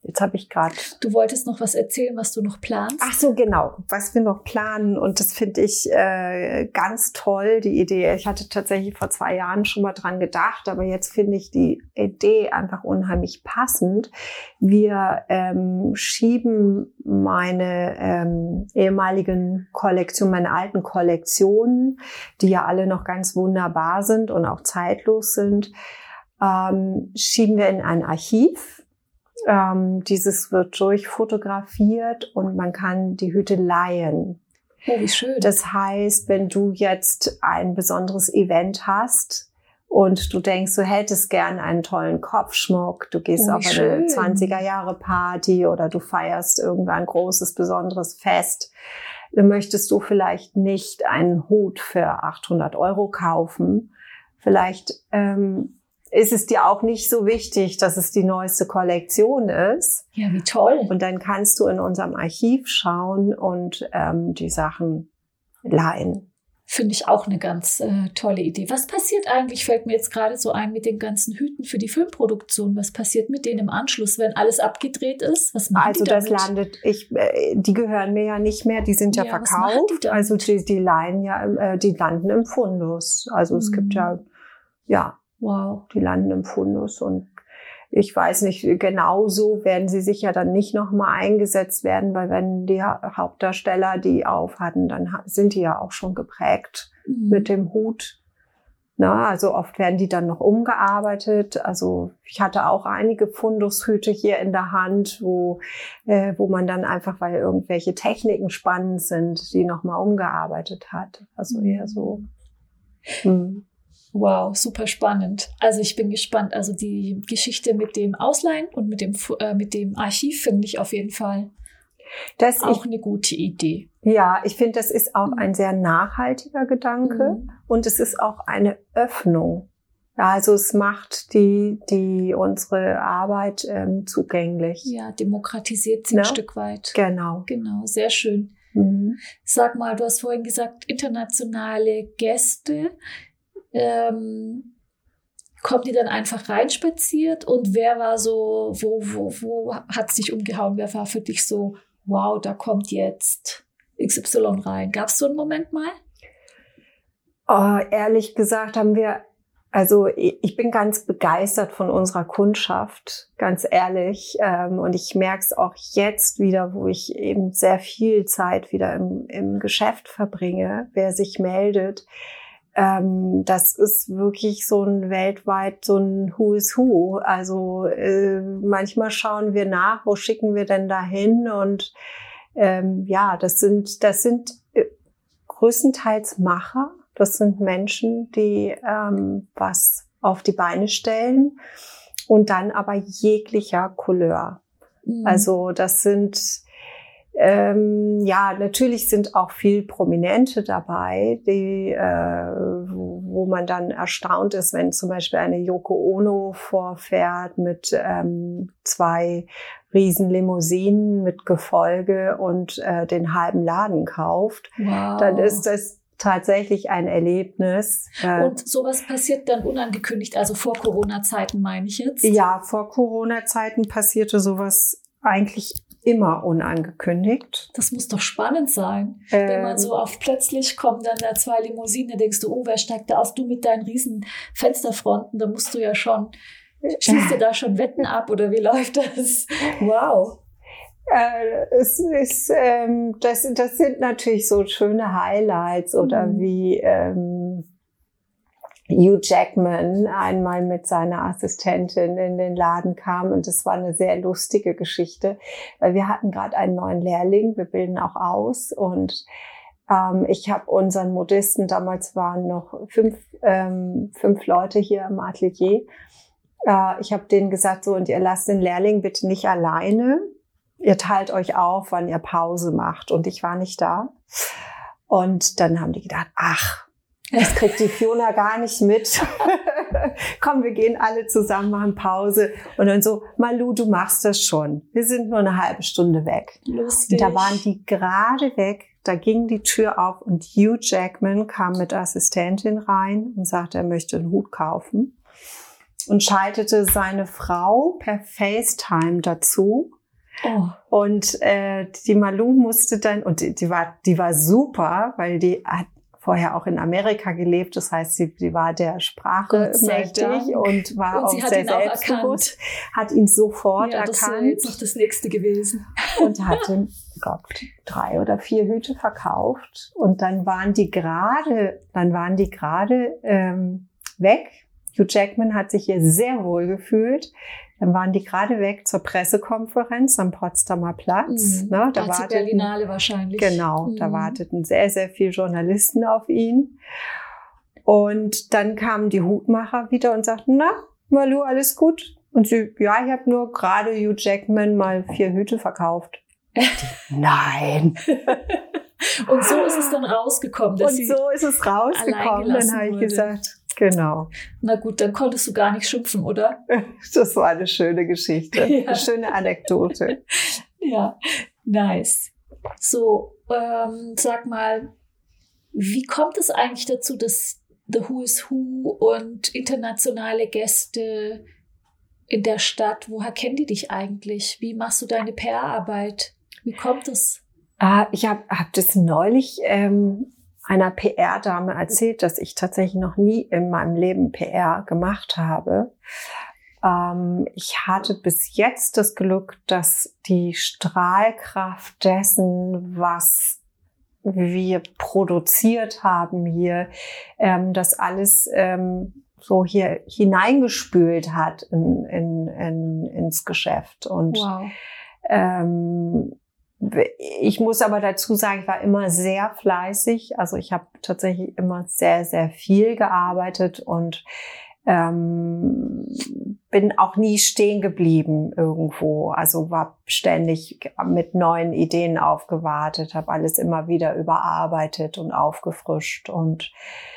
Speaker 2: Jetzt habe ich gerade...
Speaker 3: Du wolltest noch was erzählen, was du noch planst?
Speaker 2: Ach so, genau, was wir noch planen. Und das finde ich ganz toll, die Idee. Ich hatte tatsächlich vor 2 Jahren schon mal dran gedacht, aber jetzt finde ich die Idee einfach unheimlich passend. Wir schieben meine ehemaligen Kollektionen, meine alten Kollektionen, die ja alle noch ganz wunderbar sind und auch zeitlos sind, schieben wir in ein Archiv. Dieses wird durchfotografiert und man kann die Hüte leihen.
Speaker 3: Oh, wie schön.
Speaker 2: Das heißt, wenn du jetzt ein besonderes Event hast und du denkst, du hättest gern einen tollen Kopfschmuck, du gehst auf eine 20er-Jahre-Party oder du feierst irgendwann ein großes, besonderes Fest, dann möchtest du vielleicht nicht einen Hut für 800 € kaufen. Vielleicht ist es dir auch nicht so wichtig, dass es die neueste Kollektion ist.
Speaker 3: Ja, wie toll.
Speaker 2: Und dann kannst du in unserem Archiv schauen und die Sachen leihen.
Speaker 3: Finde ich auch eine ganz tolle Idee. Was passiert eigentlich, fällt mir jetzt gerade so ein, mit den ganzen Hüten für die Filmproduktion? Was passiert mit denen im Anschluss, wenn alles abgedreht ist? Was machen die damit?
Speaker 2: Das landet, die gehören mir ja nicht mehr, die sind ja verkauft. Also die leihen ja, die landen im Fundus. Also es gibt ja.
Speaker 3: Wow.
Speaker 2: Die landen im Fundus und ich weiß nicht, genauso werden sie sicher dann nicht nochmal eingesetzt werden, weil wenn die Hauptdarsteller die auf hatten, dann sind die ja auch schon geprägt mit dem Hut. Na, also oft werden die dann noch umgearbeitet. Also ich hatte auch einige Fundushüte hier in der Hand, wo man dann einfach, weil irgendwelche Techniken spannend sind, die nochmal umgearbeitet hat. Also eher so.
Speaker 3: Wow, super spannend. Also ich bin gespannt. Also die Geschichte mit dem Ausleihen und mit dem Archiv finde ich auf jeden Fall auch eine gute Idee.
Speaker 2: Ja, ich finde, das ist auch ein sehr nachhaltiger Gedanke und es ist auch eine Öffnung. Ja, also es macht unsere Arbeit zugänglich.
Speaker 3: Ja, demokratisiert sie ein Stück weit.
Speaker 2: Genau.
Speaker 3: Genau, sehr schön. Sag mal, du hast vorhin gesagt, internationale Gäste. Kommt die dann einfach reinspaziert und wer war so, wo hat sich umgehauen, wer war für dich so, wow, da kommt jetzt XY rein. Gab es so einen Moment mal?
Speaker 2: Oh, ehrlich gesagt also ich bin ganz begeistert von unserer Kundschaft, ganz ehrlich. Und ich merke es auch jetzt wieder, wo ich eben sehr viel Zeit wieder im Geschäft verbringe, wer sich meldet. Das ist wirklich so ein weltweit so ein Who is Who. Also manchmal schauen wir nach, wo schicken wir denn da hin? Und das sind größtenteils Macher. Das sind Menschen, die was auf die Beine stellen und dann aber jeglicher Couleur. Also das sind natürlich sind auch viel Prominente dabei, wo man dann erstaunt ist, wenn zum Beispiel eine Yoko Ono vorfährt mit 2 riesen Limousinen mit Gefolge und den halben Laden kauft.
Speaker 3: Wow.
Speaker 2: Dann ist das tatsächlich ein Erlebnis.
Speaker 3: Und sowas passiert dann unangekündigt, also vor Corona-Zeiten meine ich jetzt?
Speaker 2: Ja, vor Corona-Zeiten passierte sowas eigentlich immer unangekündigt.
Speaker 3: Das muss doch spannend sein. Wenn man so auf plötzlich kommen dann da 2 Limousinen, denkst du, oh, wer steigt da aus? Du mit deinen riesen Fensterfronten, da musst du ja schon, schließt du da schon Wetten ab oder wie läuft das? Wow.
Speaker 2: Das sind natürlich so schöne Highlights oder wie Hugh Jackman einmal mit seiner Assistentin in den Laden kam und das war eine sehr lustige Geschichte, weil wir hatten gerade einen neuen Lehrling, wir bilden auch aus und ich habe unseren Modisten, damals waren noch 5 Leute hier im Atelier, ich habe denen gesagt, so, und ihr lasst den Lehrling bitte nicht alleine, ihr teilt euch auf, wann ihr Pause macht und ich war nicht da und dann haben die gedacht, ach, das kriegt die Fiona gar nicht mit. Komm, wir gehen alle zusammen, machen Pause. Und dann so, Malu, du machst das schon. Wir sind nur eine halbe Stunde weg.
Speaker 3: Lustig.
Speaker 2: Und da waren die gerade weg. Da ging die Tür auf und Hugh Jackman kam mit Assistentin rein und sagte, er möchte einen Hut kaufen. Und schaltete seine Frau per FaceTime dazu.
Speaker 3: Oh.
Speaker 2: Und die Malu musste dann, und die war super, weil die hat vorher auch in Amerika gelebt. Das heißt, sie war der Sprache mächtig und war auch sehr selbstbewusst. Hat ihn sofort erkannt. Das wäre
Speaker 3: jetzt noch das Nächste gewesen.
Speaker 2: Und hatte, ich glaube, 3 oder 4 Hüte verkauft. Und dann waren die gerade weg. Hugh Jackman hat sich hier sehr wohl gefühlt. Dann waren die gerade weg zur Pressekonferenz am Potsdamer Platz.
Speaker 3: Mhm. Ne? Da warteten Berlinale wahrscheinlich.
Speaker 2: Genau, da warteten sehr, sehr viele Journalisten auf ihn. Und dann kamen die Hutmacher wieder und sagten, na, Malu, alles gut? Und sie, ja, ich habe nur gerade Hugh Jackman mal 4 Hüte verkauft. Nein.
Speaker 3: Und so ist es dann rausgekommen.
Speaker 2: Dann habe ich gesagt, genau.
Speaker 3: Na gut, dann konntest du gar nicht schimpfen, oder?
Speaker 2: Das war eine schöne Geschichte, eine schöne Anekdote.
Speaker 3: Ja, nice. So, sag mal, wie kommt es eigentlich dazu, dass The Who is Who und internationale Gäste in der Stadt, woher kennen die dich eigentlich? Wie machst du deine PR-Arbeit? Wie kommt es?
Speaker 2: Ich hab das neulich einer PR-Dame erzählt, dass ich tatsächlich noch nie in meinem Leben PR gemacht habe. Ich hatte bis jetzt das Glück, dass die Strahlkraft dessen, was wir produziert haben hier, das alles so hier hineingespült hat ins Geschäft. Und
Speaker 3: wow.
Speaker 2: Ich muss aber dazu sagen, ich war immer sehr fleißig. Also ich habe tatsächlich immer sehr, sehr viel gearbeitet und bin auch nie stehen geblieben irgendwo. Also war ständig mit neuen Ideen aufgewartet, habe alles immer wieder überarbeitet und aufgefrischt. Und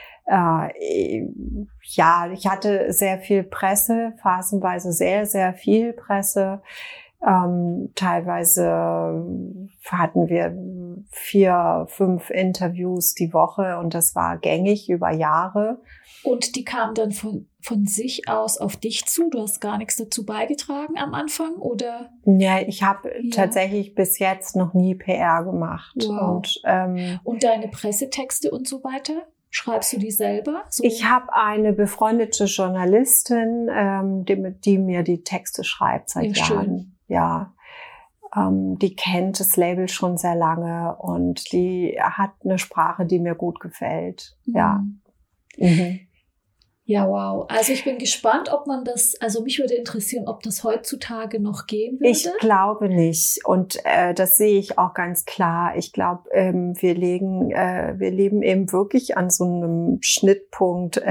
Speaker 2: ja, ich hatte sehr viel Presse, phasenweise sehr, sehr viel Presse. Teilweise hatten wir 4, 5 Interviews die Woche und das war gängig über Jahre.
Speaker 3: Und die kamen dann von sich aus auf dich zu? Du hast gar nichts dazu beigetragen am Anfang, oder?
Speaker 2: Ja, ich habe tatsächlich bis jetzt noch nie PR gemacht.
Speaker 3: Wow. Und deine Pressetexte und so weiter? Schreibst du die selber? So?
Speaker 2: Ich habe eine befreundete Journalistin, die mir die Texte schreibt seit Jahren.
Speaker 3: Schön.
Speaker 2: Ja, die kennt das Label schon sehr lange und die hat eine Sprache, die mir gut gefällt. Ja. Mhm.
Speaker 3: Ja, wow. Also ich bin gespannt, ob man das, also mich würde interessieren, ob das heutzutage noch gehen würde.
Speaker 2: Ich glaube nicht. Und das sehe ich auch ganz klar. Ich glaube, wir leben eben wirklich an so einem Schnittpunkt.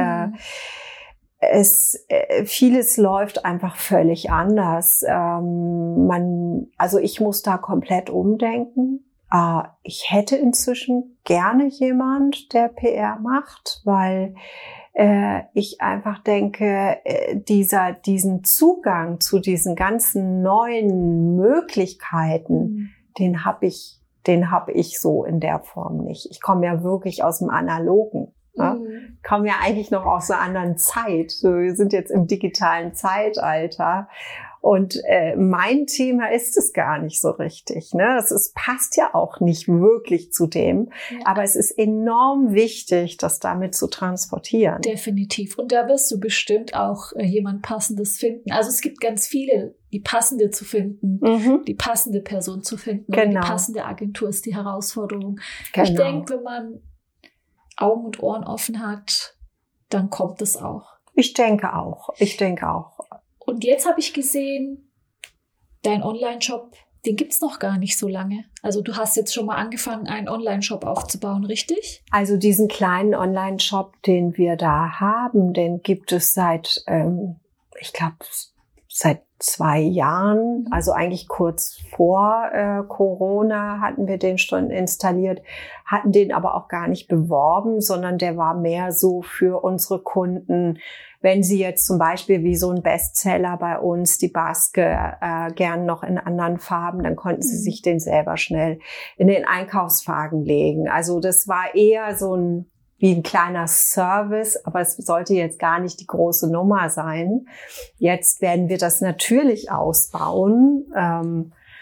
Speaker 2: Vieles läuft einfach völlig anders. Also ich muss da komplett umdenken. Ich hätte inzwischen gerne jemand, der PR macht, weil ich einfach denke, diesen Zugang zu diesen ganzen neuen Möglichkeiten, den habe ich so in der Form nicht. Ich komme ja wirklich aus dem Analogen. Ja? Kommen ja eigentlich noch aus einer anderen Zeit. So, wir sind jetzt im digitalen Zeitalter. Und mein Thema ist es gar nicht so richtig. Ne? Es passt ja auch nicht wirklich zu dem. Ja. Aber es ist enorm wichtig, das damit zu transportieren.
Speaker 3: Definitiv. Und da wirst du bestimmt auch jemand Passendes finden. Also es gibt ganz viele, die passende zu finden, die passende Person zu finden.
Speaker 2: Genau.
Speaker 3: Und die passende Agentur ist die Herausforderung.
Speaker 2: Genau.
Speaker 3: Ich denke, wenn man Augen und Ohren offen hat, dann kommt es auch.
Speaker 2: Ich denke auch.
Speaker 3: Und jetzt habe ich gesehen, dein Online-Shop, den gibt's noch gar nicht so lange. Also du hast jetzt schon mal angefangen, einen Online-Shop aufzubauen, richtig?
Speaker 2: Also diesen kleinen Online-Shop, den wir da haben, den gibt es seit, ich glaube, seit 2 Jahren. Also eigentlich kurz vor Corona hatten wir den schon installiert, hatten den aber auch gar nicht beworben, sondern der war mehr so für unsere Kunden. Wenn sie jetzt zum Beispiel wie so ein Bestseller bei uns, die Baske, gern noch in anderen Farben, dann konnten sie sich den selber schnell in den Einkaufswagen legen. Also das war eher so wie ein kleiner Service, aber es sollte jetzt gar nicht die große Nummer sein. Jetzt werden wir das natürlich ausbauen.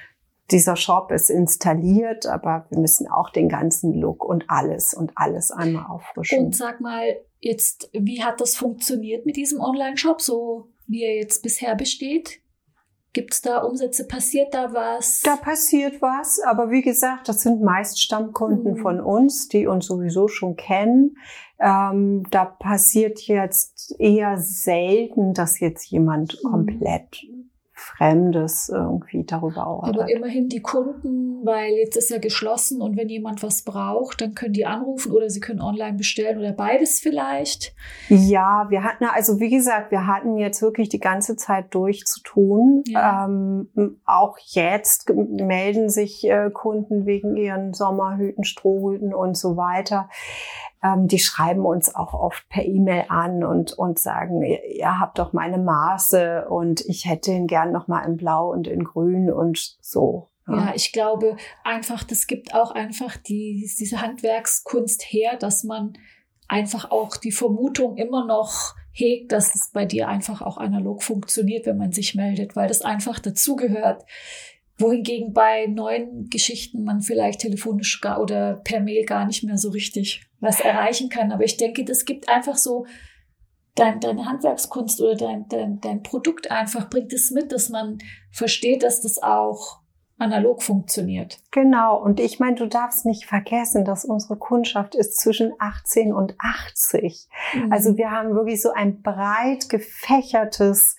Speaker 2: dieser Shop ist installiert, aber wir müssen auch den ganzen Look und alles einmal auffrischen.
Speaker 3: Und sag mal, jetzt, wie hat das funktioniert mit diesem Online-Shop, so wie er jetzt bisher besteht? Gibt's da Umsätze? Passiert da was?
Speaker 2: Da passiert was, aber wie gesagt, das sind meist Stammkunden von uns, die uns sowieso schon kennen. Da passiert jetzt eher selten, dass jetzt jemand komplett Fremdes irgendwie darüber ordert.
Speaker 3: Aber immerhin die Kunden, weil jetzt ist ja geschlossen und wenn jemand was braucht, dann können die anrufen oder sie können online bestellen oder beides vielleicht.
Speaker 2: Ja, wir hatten, also wie gesagt, wir hatten jetzt wirklich die ganze Zeit durch zu tun. Ja. Auch jetzt melden sich Kunden wegen ihren Sommerhüten, Strohhüten und so weiter. Die schreiben uns auch oft per E-Mail an und sagen, ihr habt doch meine Maße und ich hätte ihn gern noch mal in Blau und in Grün und so.
Speaker 3: Ja, ich glaube einfach, das gibt auch einfach diese Handwerkskunst her, dass man einfach auch die Vermutung immer noch hegt, dass es bei dir einfach auch analog funktioniert, wenn man sich meldet, weil das einfach dazugehört. Wohingegen bei neuen Geschichten man vielleicht telefonisch oder per Mail gar nicht mehr so richtig was erreichen kann. Aber ich denke, das gibt einfach so deine Handwerkskunst oder dein Produkt einfach, bringt es mit, dass man versteht, dass das auch analog funktioniert.
Speaker 2: Genau. Und ich meine, du darfst nicht vergessen, dass unsere Kundschaft ist zwischen 18 und 80. Also wir haben wirklich so ein breit gefächertes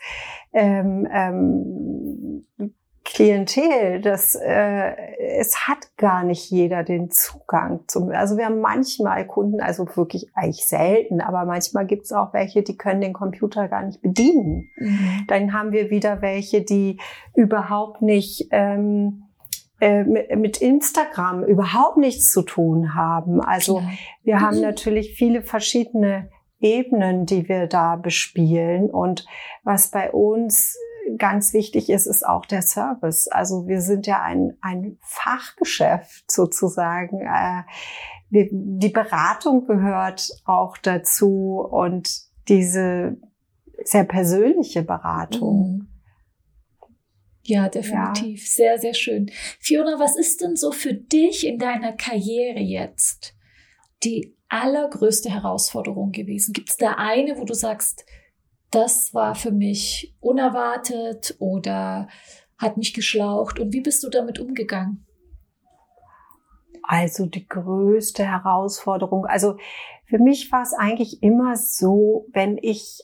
Speaker 2: Klientel, es hat gar nicht jeder den Zugang also wir haben manchmal Kunden, also wirklich eigentlich selten, aber manchmal gibt es auch welche, die können den Computer gar nicht bedienen. Dann haben wir wieder welche, die überhaupt nicht mit Instagram überhaupt nichts zu tun haben. Also wir haben natürlich viele verschiedene Ebenen, die wir da bespielen, und was bei uns ganz wichtig ist auch der Service. Also wir sind ja ein Fachgeschäft sozusagen. Die Beratung gehört auch dazu und diese sehr persönliche Beratung.
Speaker 3: Ja, definitiv. Ja. Sehr, sehr schön. Fiona, was ist denn so für dich in deiner Karriere jetzt die allergrößte Herausforderung gewesen? Gibt es da eine, wo du sagst, das war für mich unerwartet oder hat mich geschlaucht? Und wie bist du damit umgegangen?
Speaker 2: Also die größte Herausforderung, also für mich war es eigentlich immer so, wenn ich,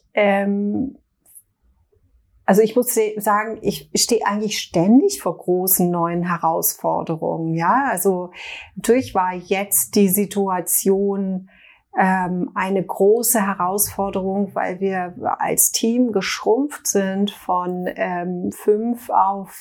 Speaker 2: also ich muss sagen, ich stehe eigentlich ständig vor großen neuen Herausforderungen. Ja, also natürlich war jetzt die Situation eine große Herausforderung, weil wir als Team geschrumpft sind von 5 auf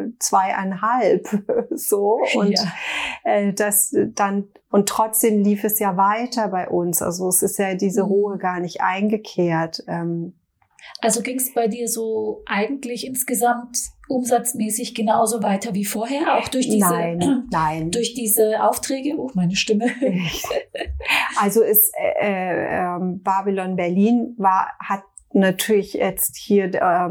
Speaker 2: 2,5 so, und das dann, und trotzdem lief es ja weiter bei uns. Also es ist ja diese Ruhe gar nicht eingekehrt.
Speaker 3: Also ging es bei dir so eigentlich insgesamt umsatzmäßig genauso weiter wie vorher, auch durch diese,
Speaker 2: Nein.
Speaker 3: Durch diese Aufträge? Oh, meine Stimme.
Speaker 2: Also Babylon Berlin hat natürlich jetzt hier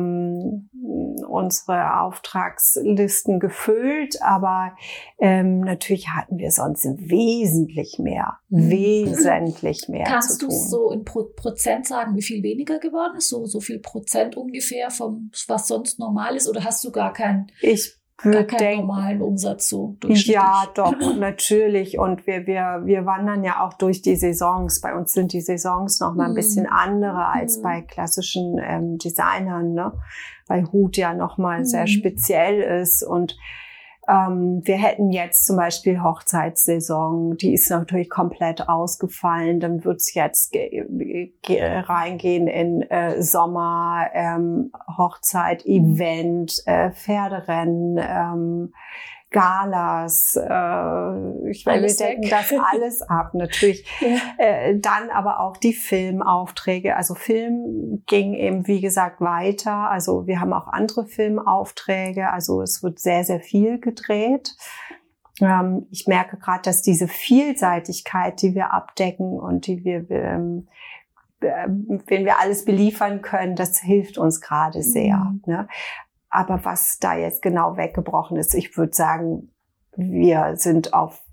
Speaker 2: unsere Auftragslisten gefüllt, aber natürlich hatten wir sonst wesentlich mehr
Speaker 3: Kannst
Speaker 2: zu tun.
Speaker 3: Kannst du so in Prozent sagen, wie viel weniger geworden ist? So viel Prozent ungefähr vom, was sonst normal ist? Oder hast du gar keinen normalen Umsatz so durchschnittlich?
Speaker 2: Ja, doch, natürlich. Und wir wandern ja auch durch die Saisons. Bei uns sind die Saisons noch mal ein bisschen andere als bei klassischen Designern, ne? Weil Hut ja noch mal sehr speziell ist. Und wir hätten jetzt zum Beispiel Hochzeitssaison, die ist natürlich komplett ausgefallen. Dann wird's jetzt reingehen in Sommer, Hochzeit, Event, Pferderennen, Galas, ich meine, wir decken das alles ab, natürlich. Dann aber auch die Filmaufträge. Also Film ging eben, wie gesagt, weiter. Also wir haben auch andere Filmaufträge. Also es wird sehr, sehr viel gedreht. Ich merke gerade, dass diese Vielseitigkeit, die wir abdecken und die wenn wir alles beliefern können, das hilft uns gerade sehr. Ne? aber was da jetzt genau weggebrochen ist, ich würde sagen, wir sind auf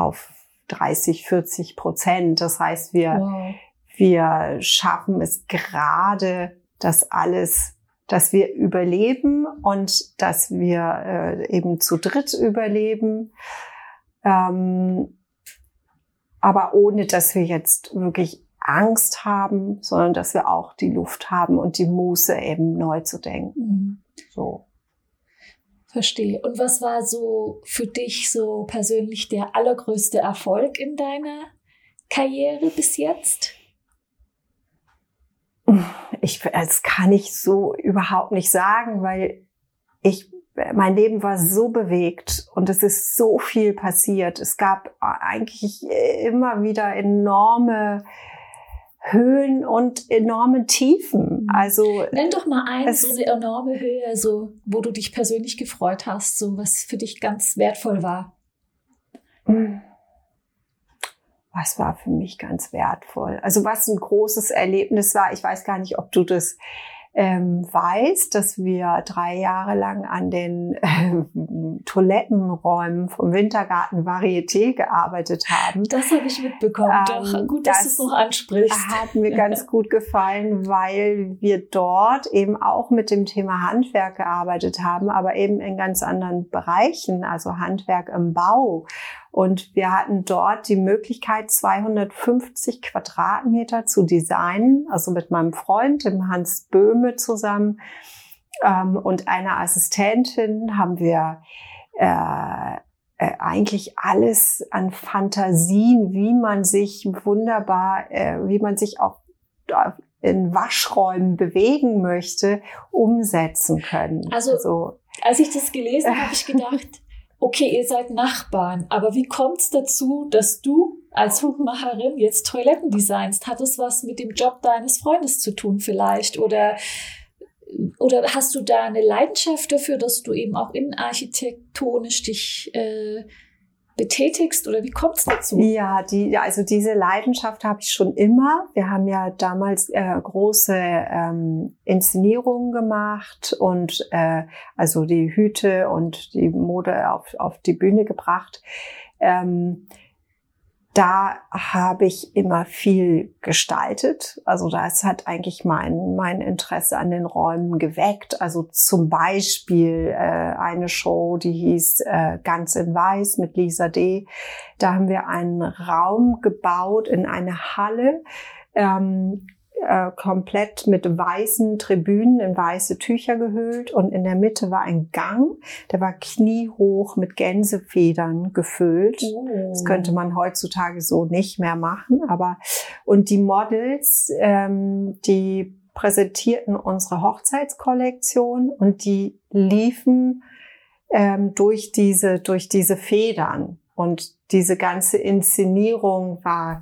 Speaker 2: 30-40%. Das heißt, wir schaffen es gerade, dass wir überleben und dass wir eben zu dritt überleben. Aber ohne, dass wir jetzt wirklich Angst haben, sondern dass wir auch die Luft haben und die Muße eben neu zu denken. So.
Speaker 3: Verstehe. Und was war so für dich so persönlich der allergrößte Erfolg in deiner Karriere bis jetzt?
Speaker 2: Das kann ich so überhaupt nicht sagen, weil mein Leben war so bewegt und es ist so viel passiert. Es gab eigentlich immer wieder enorme Höhen und enorme Tiefen. Also
Speaker 3: nenn doch mal so eine enorme Höhe, so wo du dich persönlich gefreut hast, so was für dich ganz wertvoll war.
Speaker 2: Was war für mich ganz wertvoll? Also was ein großes Erlebnis war, ich weiß gar nicht, ob du das weißt, dass wir 3 Jahre lang an den Toilettenräumen vom Wintergarten Varieté gearbeitet haben.
Speaker 3: Das habe ich mitbekommen. Doch, gut, dass du es noch ansprichst.
Speaker 2: Hat mir ganz gut gefallen, weil wir dort eben auch mit dem Thema Handwerk gearbeitet haben, aber eben in ganz anderen Bereichen, also Handwerk im Bau. Und wir hatten dort die Möglichkeit, 250 Quadratmeter zu designen, also mit meinem Freund, dem Hans Böhme zusammen, und einer Assistentin haben wir eigentlich alles an Fantasien, wie man sich auch in Waschräumen bewegen möchte, umsetzen können.
Speaker 3: Also als ich das gelesen habe, habe ich gedacht, okay, ihr seid Nachbarn, aber wie kommt es dazu, dass du als Hutmacherin jetzt Toiletten designst? Hat es was mit dem Job deines Freundes zu tun vielleicht? Oder hast du da eine Leidenschaft dafür, dass du eben auch innenarchitektonisch dich betätigst? Oder wie kommt es dazu?
Speaker 2: Ja, also diese Leidenschaft habe ich schon immer. Wir haben ja damals große Inszenierungen gemacht und also die Hüte und die Mode auf die Bühne gebracht. Da habe ich immer viel gestaltet. Also das hat eigentlich mein Interesse an den Räumen geweckt. Also zum Beispiel eine Show, die hieß Ganz in Weiß mit Lisa D. Da haben wir einen Raum gebaut in eine Halle, komplett mit weißen Tribünen in weiße Tücher gehüllt, und in der Mitte war ein Gang, der war kniehoch mit Gänsefedern gefüllt. Das könnte man heutzutage so nicht mehr machen, und die Models, die präsentierten unsere Hochzeitskollektion und die liefen durch diese Federn, und diese ganze Inszenierung war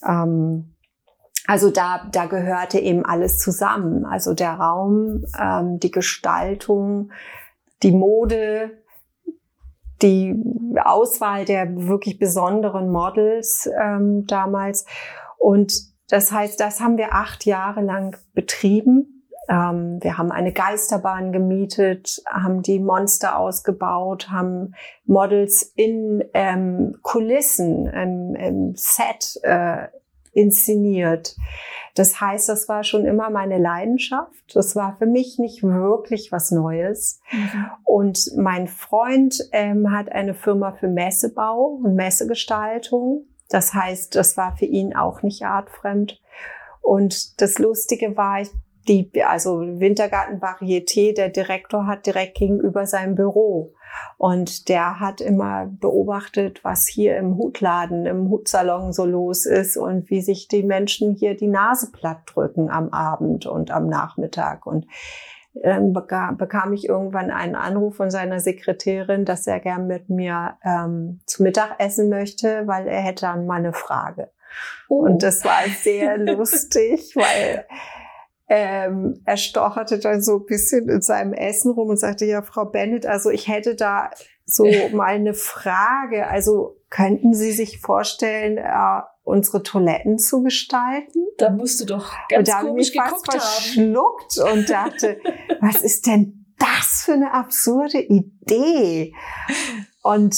Speaker 2: also da gehörte eben alles zusammen. Also der Raum, die Gestaltung, die Mode, die Auswahl der wirklich besonderen Models damals. Und das heißt, das haben wir 8 Jahre lang betrieben. Wir haben eine Geisterbahn gemietet, haben die Monster ausgebaut, haben Models in Kulissen, im Set inszeniert. Das heißt, das war schon immer meine Leidenschaft. Das war für mich nicht wirklich was Neues. Und mein Freund hat eine Firma für Messebau und Messegestaltung. Das heißt, das war für ihn auch nicht artfremd. Und das Lustige war, also Wintergarten Varieté, der Direktor hat direkt gegenüber seinem Büro. Und der hat immer beobachtet, was hier im Hutladen, im Hutsalon so los ist und wie sich die Menschen hier die Nase platt drücken am Abend und am Nachmittag. Und dann bekam ich irgendwann einen Anruf von seiner Sekretärin, dass er gern mit mir zu Mittag essen möchte, weil er hätte dann mal eine Frage. Und das war sehr lustig, weil er stocherte dann so ein bisschen in seinem Essen rum und sagte, ja, Frau Bennett, also ich hätte da so mal eine Frage. Also könnten Sie sich vorstellen, unsere Toiletten zu gestalten?
Speaker 3: Da musst du doch ganz komisch geguckt haben.
Speaker 2: Und da habe ich mich fast verschluckt und dachte, was ist denn das für eine absurde Idee? Und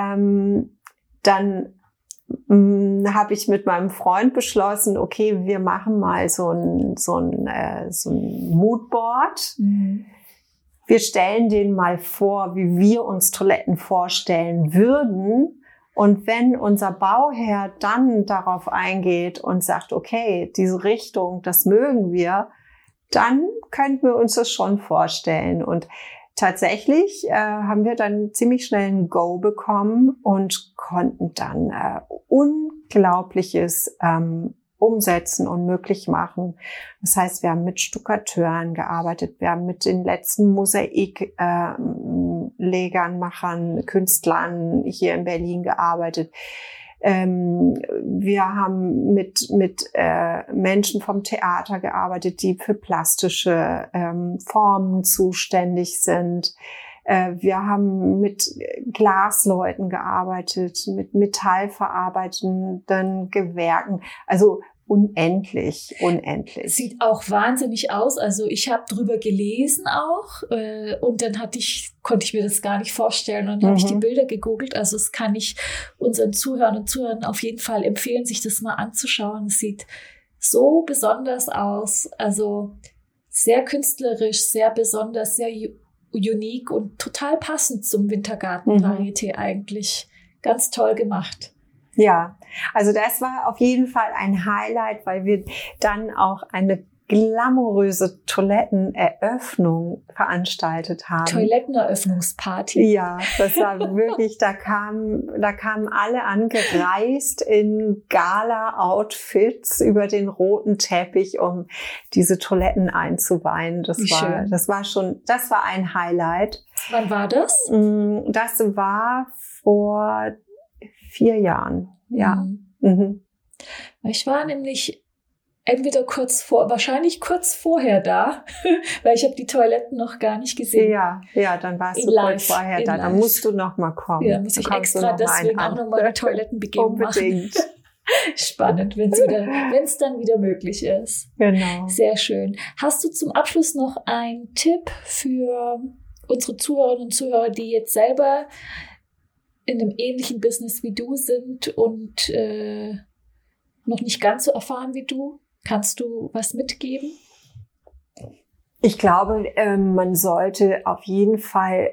Speaker 2: dann habe ich mit meinem Freund beschlossen, okay, wir machen mal so ein Moodboard. Mhm. Wir stellen denen mal vor, wie wir uns Toiletten vorstellen würden. Und wenn unser Bauherr dann darauf eingeht und sagt, okay, diese Richtung, das mögen wir, dann könnten wir uns das schon vorstellen. Und tatsächlich haben wir dann ziemlich schnell ein Go bekommen und konnten dann Unglaubliches umsetzen und möglich machen. Das heißt, wir haben mit Stuckateuren gearbeitet, wir haben mit den letzten Mosaiklegern, Machern, Künstlern hier in Berlin gearbeitet. Wir haben mit Menschen vom Theater gearbeitet, die für plastische Formen zuständig sind. Wir haben mit Glasleuten gearbeitet, mit metallverarbeitenden Gewerken. Also unendlich.
Speaker 3: Sieht auch wahnsinnig aus. Also ich habe drüber gelesen auch und dann konnte ich mir das gar nicht vorstellen und dann habe ich die Bilder gegoogelt. Also das kann ich unseren Zuhörern und Zuhörern auf jeden Fall empfehlen, sich das mal anzuschauen. Es sieht so besonders aus. Also sehr künstlerisch, sehr besonders, sehr unique und total passend zum Wintergarten-Varieté eigentlich. Ganz toll gemacht.
Speaker 2: Ja, also das war auf jeden Fall ein Highlight, weil wir dann auch eine glamouröse Toiletteneröffnung veranstaltet haben.
Speaker 3: Toiletteneröffnungsparty.
Speaker 2: Ja, das war wirklich, da kamen alle angereist in Gala-Outfits über den roten Teppich, um diese Toiletten einzuweihen. Das war ein Highlight.
Speaker 3: Wann war das?
Speaker 2: Das war vor 4 Jahren, ja. Mhm.
Speaker 3: Ich war nämlich wahrscheinlich kurz vorher da, weil ich habe die Toiletten noch gar nicht gesehen.
Speaker 2: Ja, dann warst du kurz vorher da. Dann musst du noch mal kommen.
Speaker 3: Ja, muss ich extra deswegen auch noch mal die Toilettenbegehung
Speaker 2: Unbedingt.
Speaker 3: machen. Spannend, wenn es dann wieder möglich ist.
Speaker 2: Genau.
Speaker 3: Sehr schön. Hast du zum Abschluss noch einen Tipp für unsere Zuhörerinnen und Zuhörer, die jetzt selber in einem ähnlichen Business wie du sind und noch nicht ganz so erfahren wie du? Kannst du was mitgeben?
Speaker 2: Ich glaube, man sollte auf jeden Fall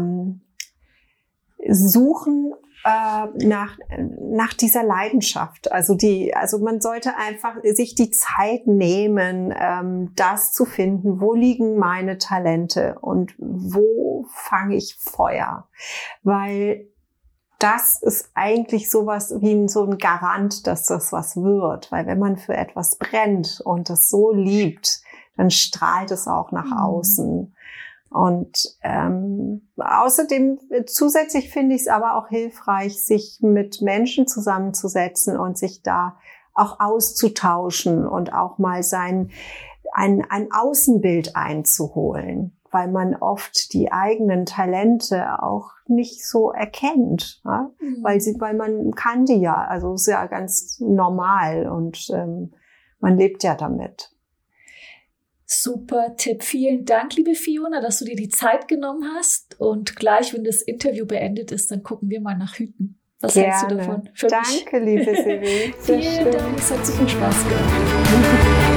Speaker 2: suchen nach dieser Leidenschaft. Also man sollte einfach sich die Zeit nehmen, das zu finden, wo liegen meine Talente und wo fange ich Feuer? Weil das ist eigentlich sowas wie so ein Garant, dass das was wird. Weil wenn man für etwas brennt und das so liebt, dann strahlt es auch nach außen. Und außerdem zusätzlich finde ich es aber auch hilfreich, sich mit Menschen zusammenzusetzen und sich da auch auszutauschen und auch mal ein Außenbild einzuholen, weil man oft die eigenen Talente auch nicht so erkennt, ja? Weil man kann die ja, also ist ja ganz normal und man lebt ja damit.
Speaker 3: Super Tipp. Vielen Dank, liebe Fiona, dass du dir die Zeit genommen hast. Und gleich, wenn das Interview beendet ist, dann gucken wir mal nach Hüten. Was hältst du davon?
Speaker 2: Danke, liebe Silvi.
Speaker 3: Vielen Dank, es hat so viel Spaß gemacht.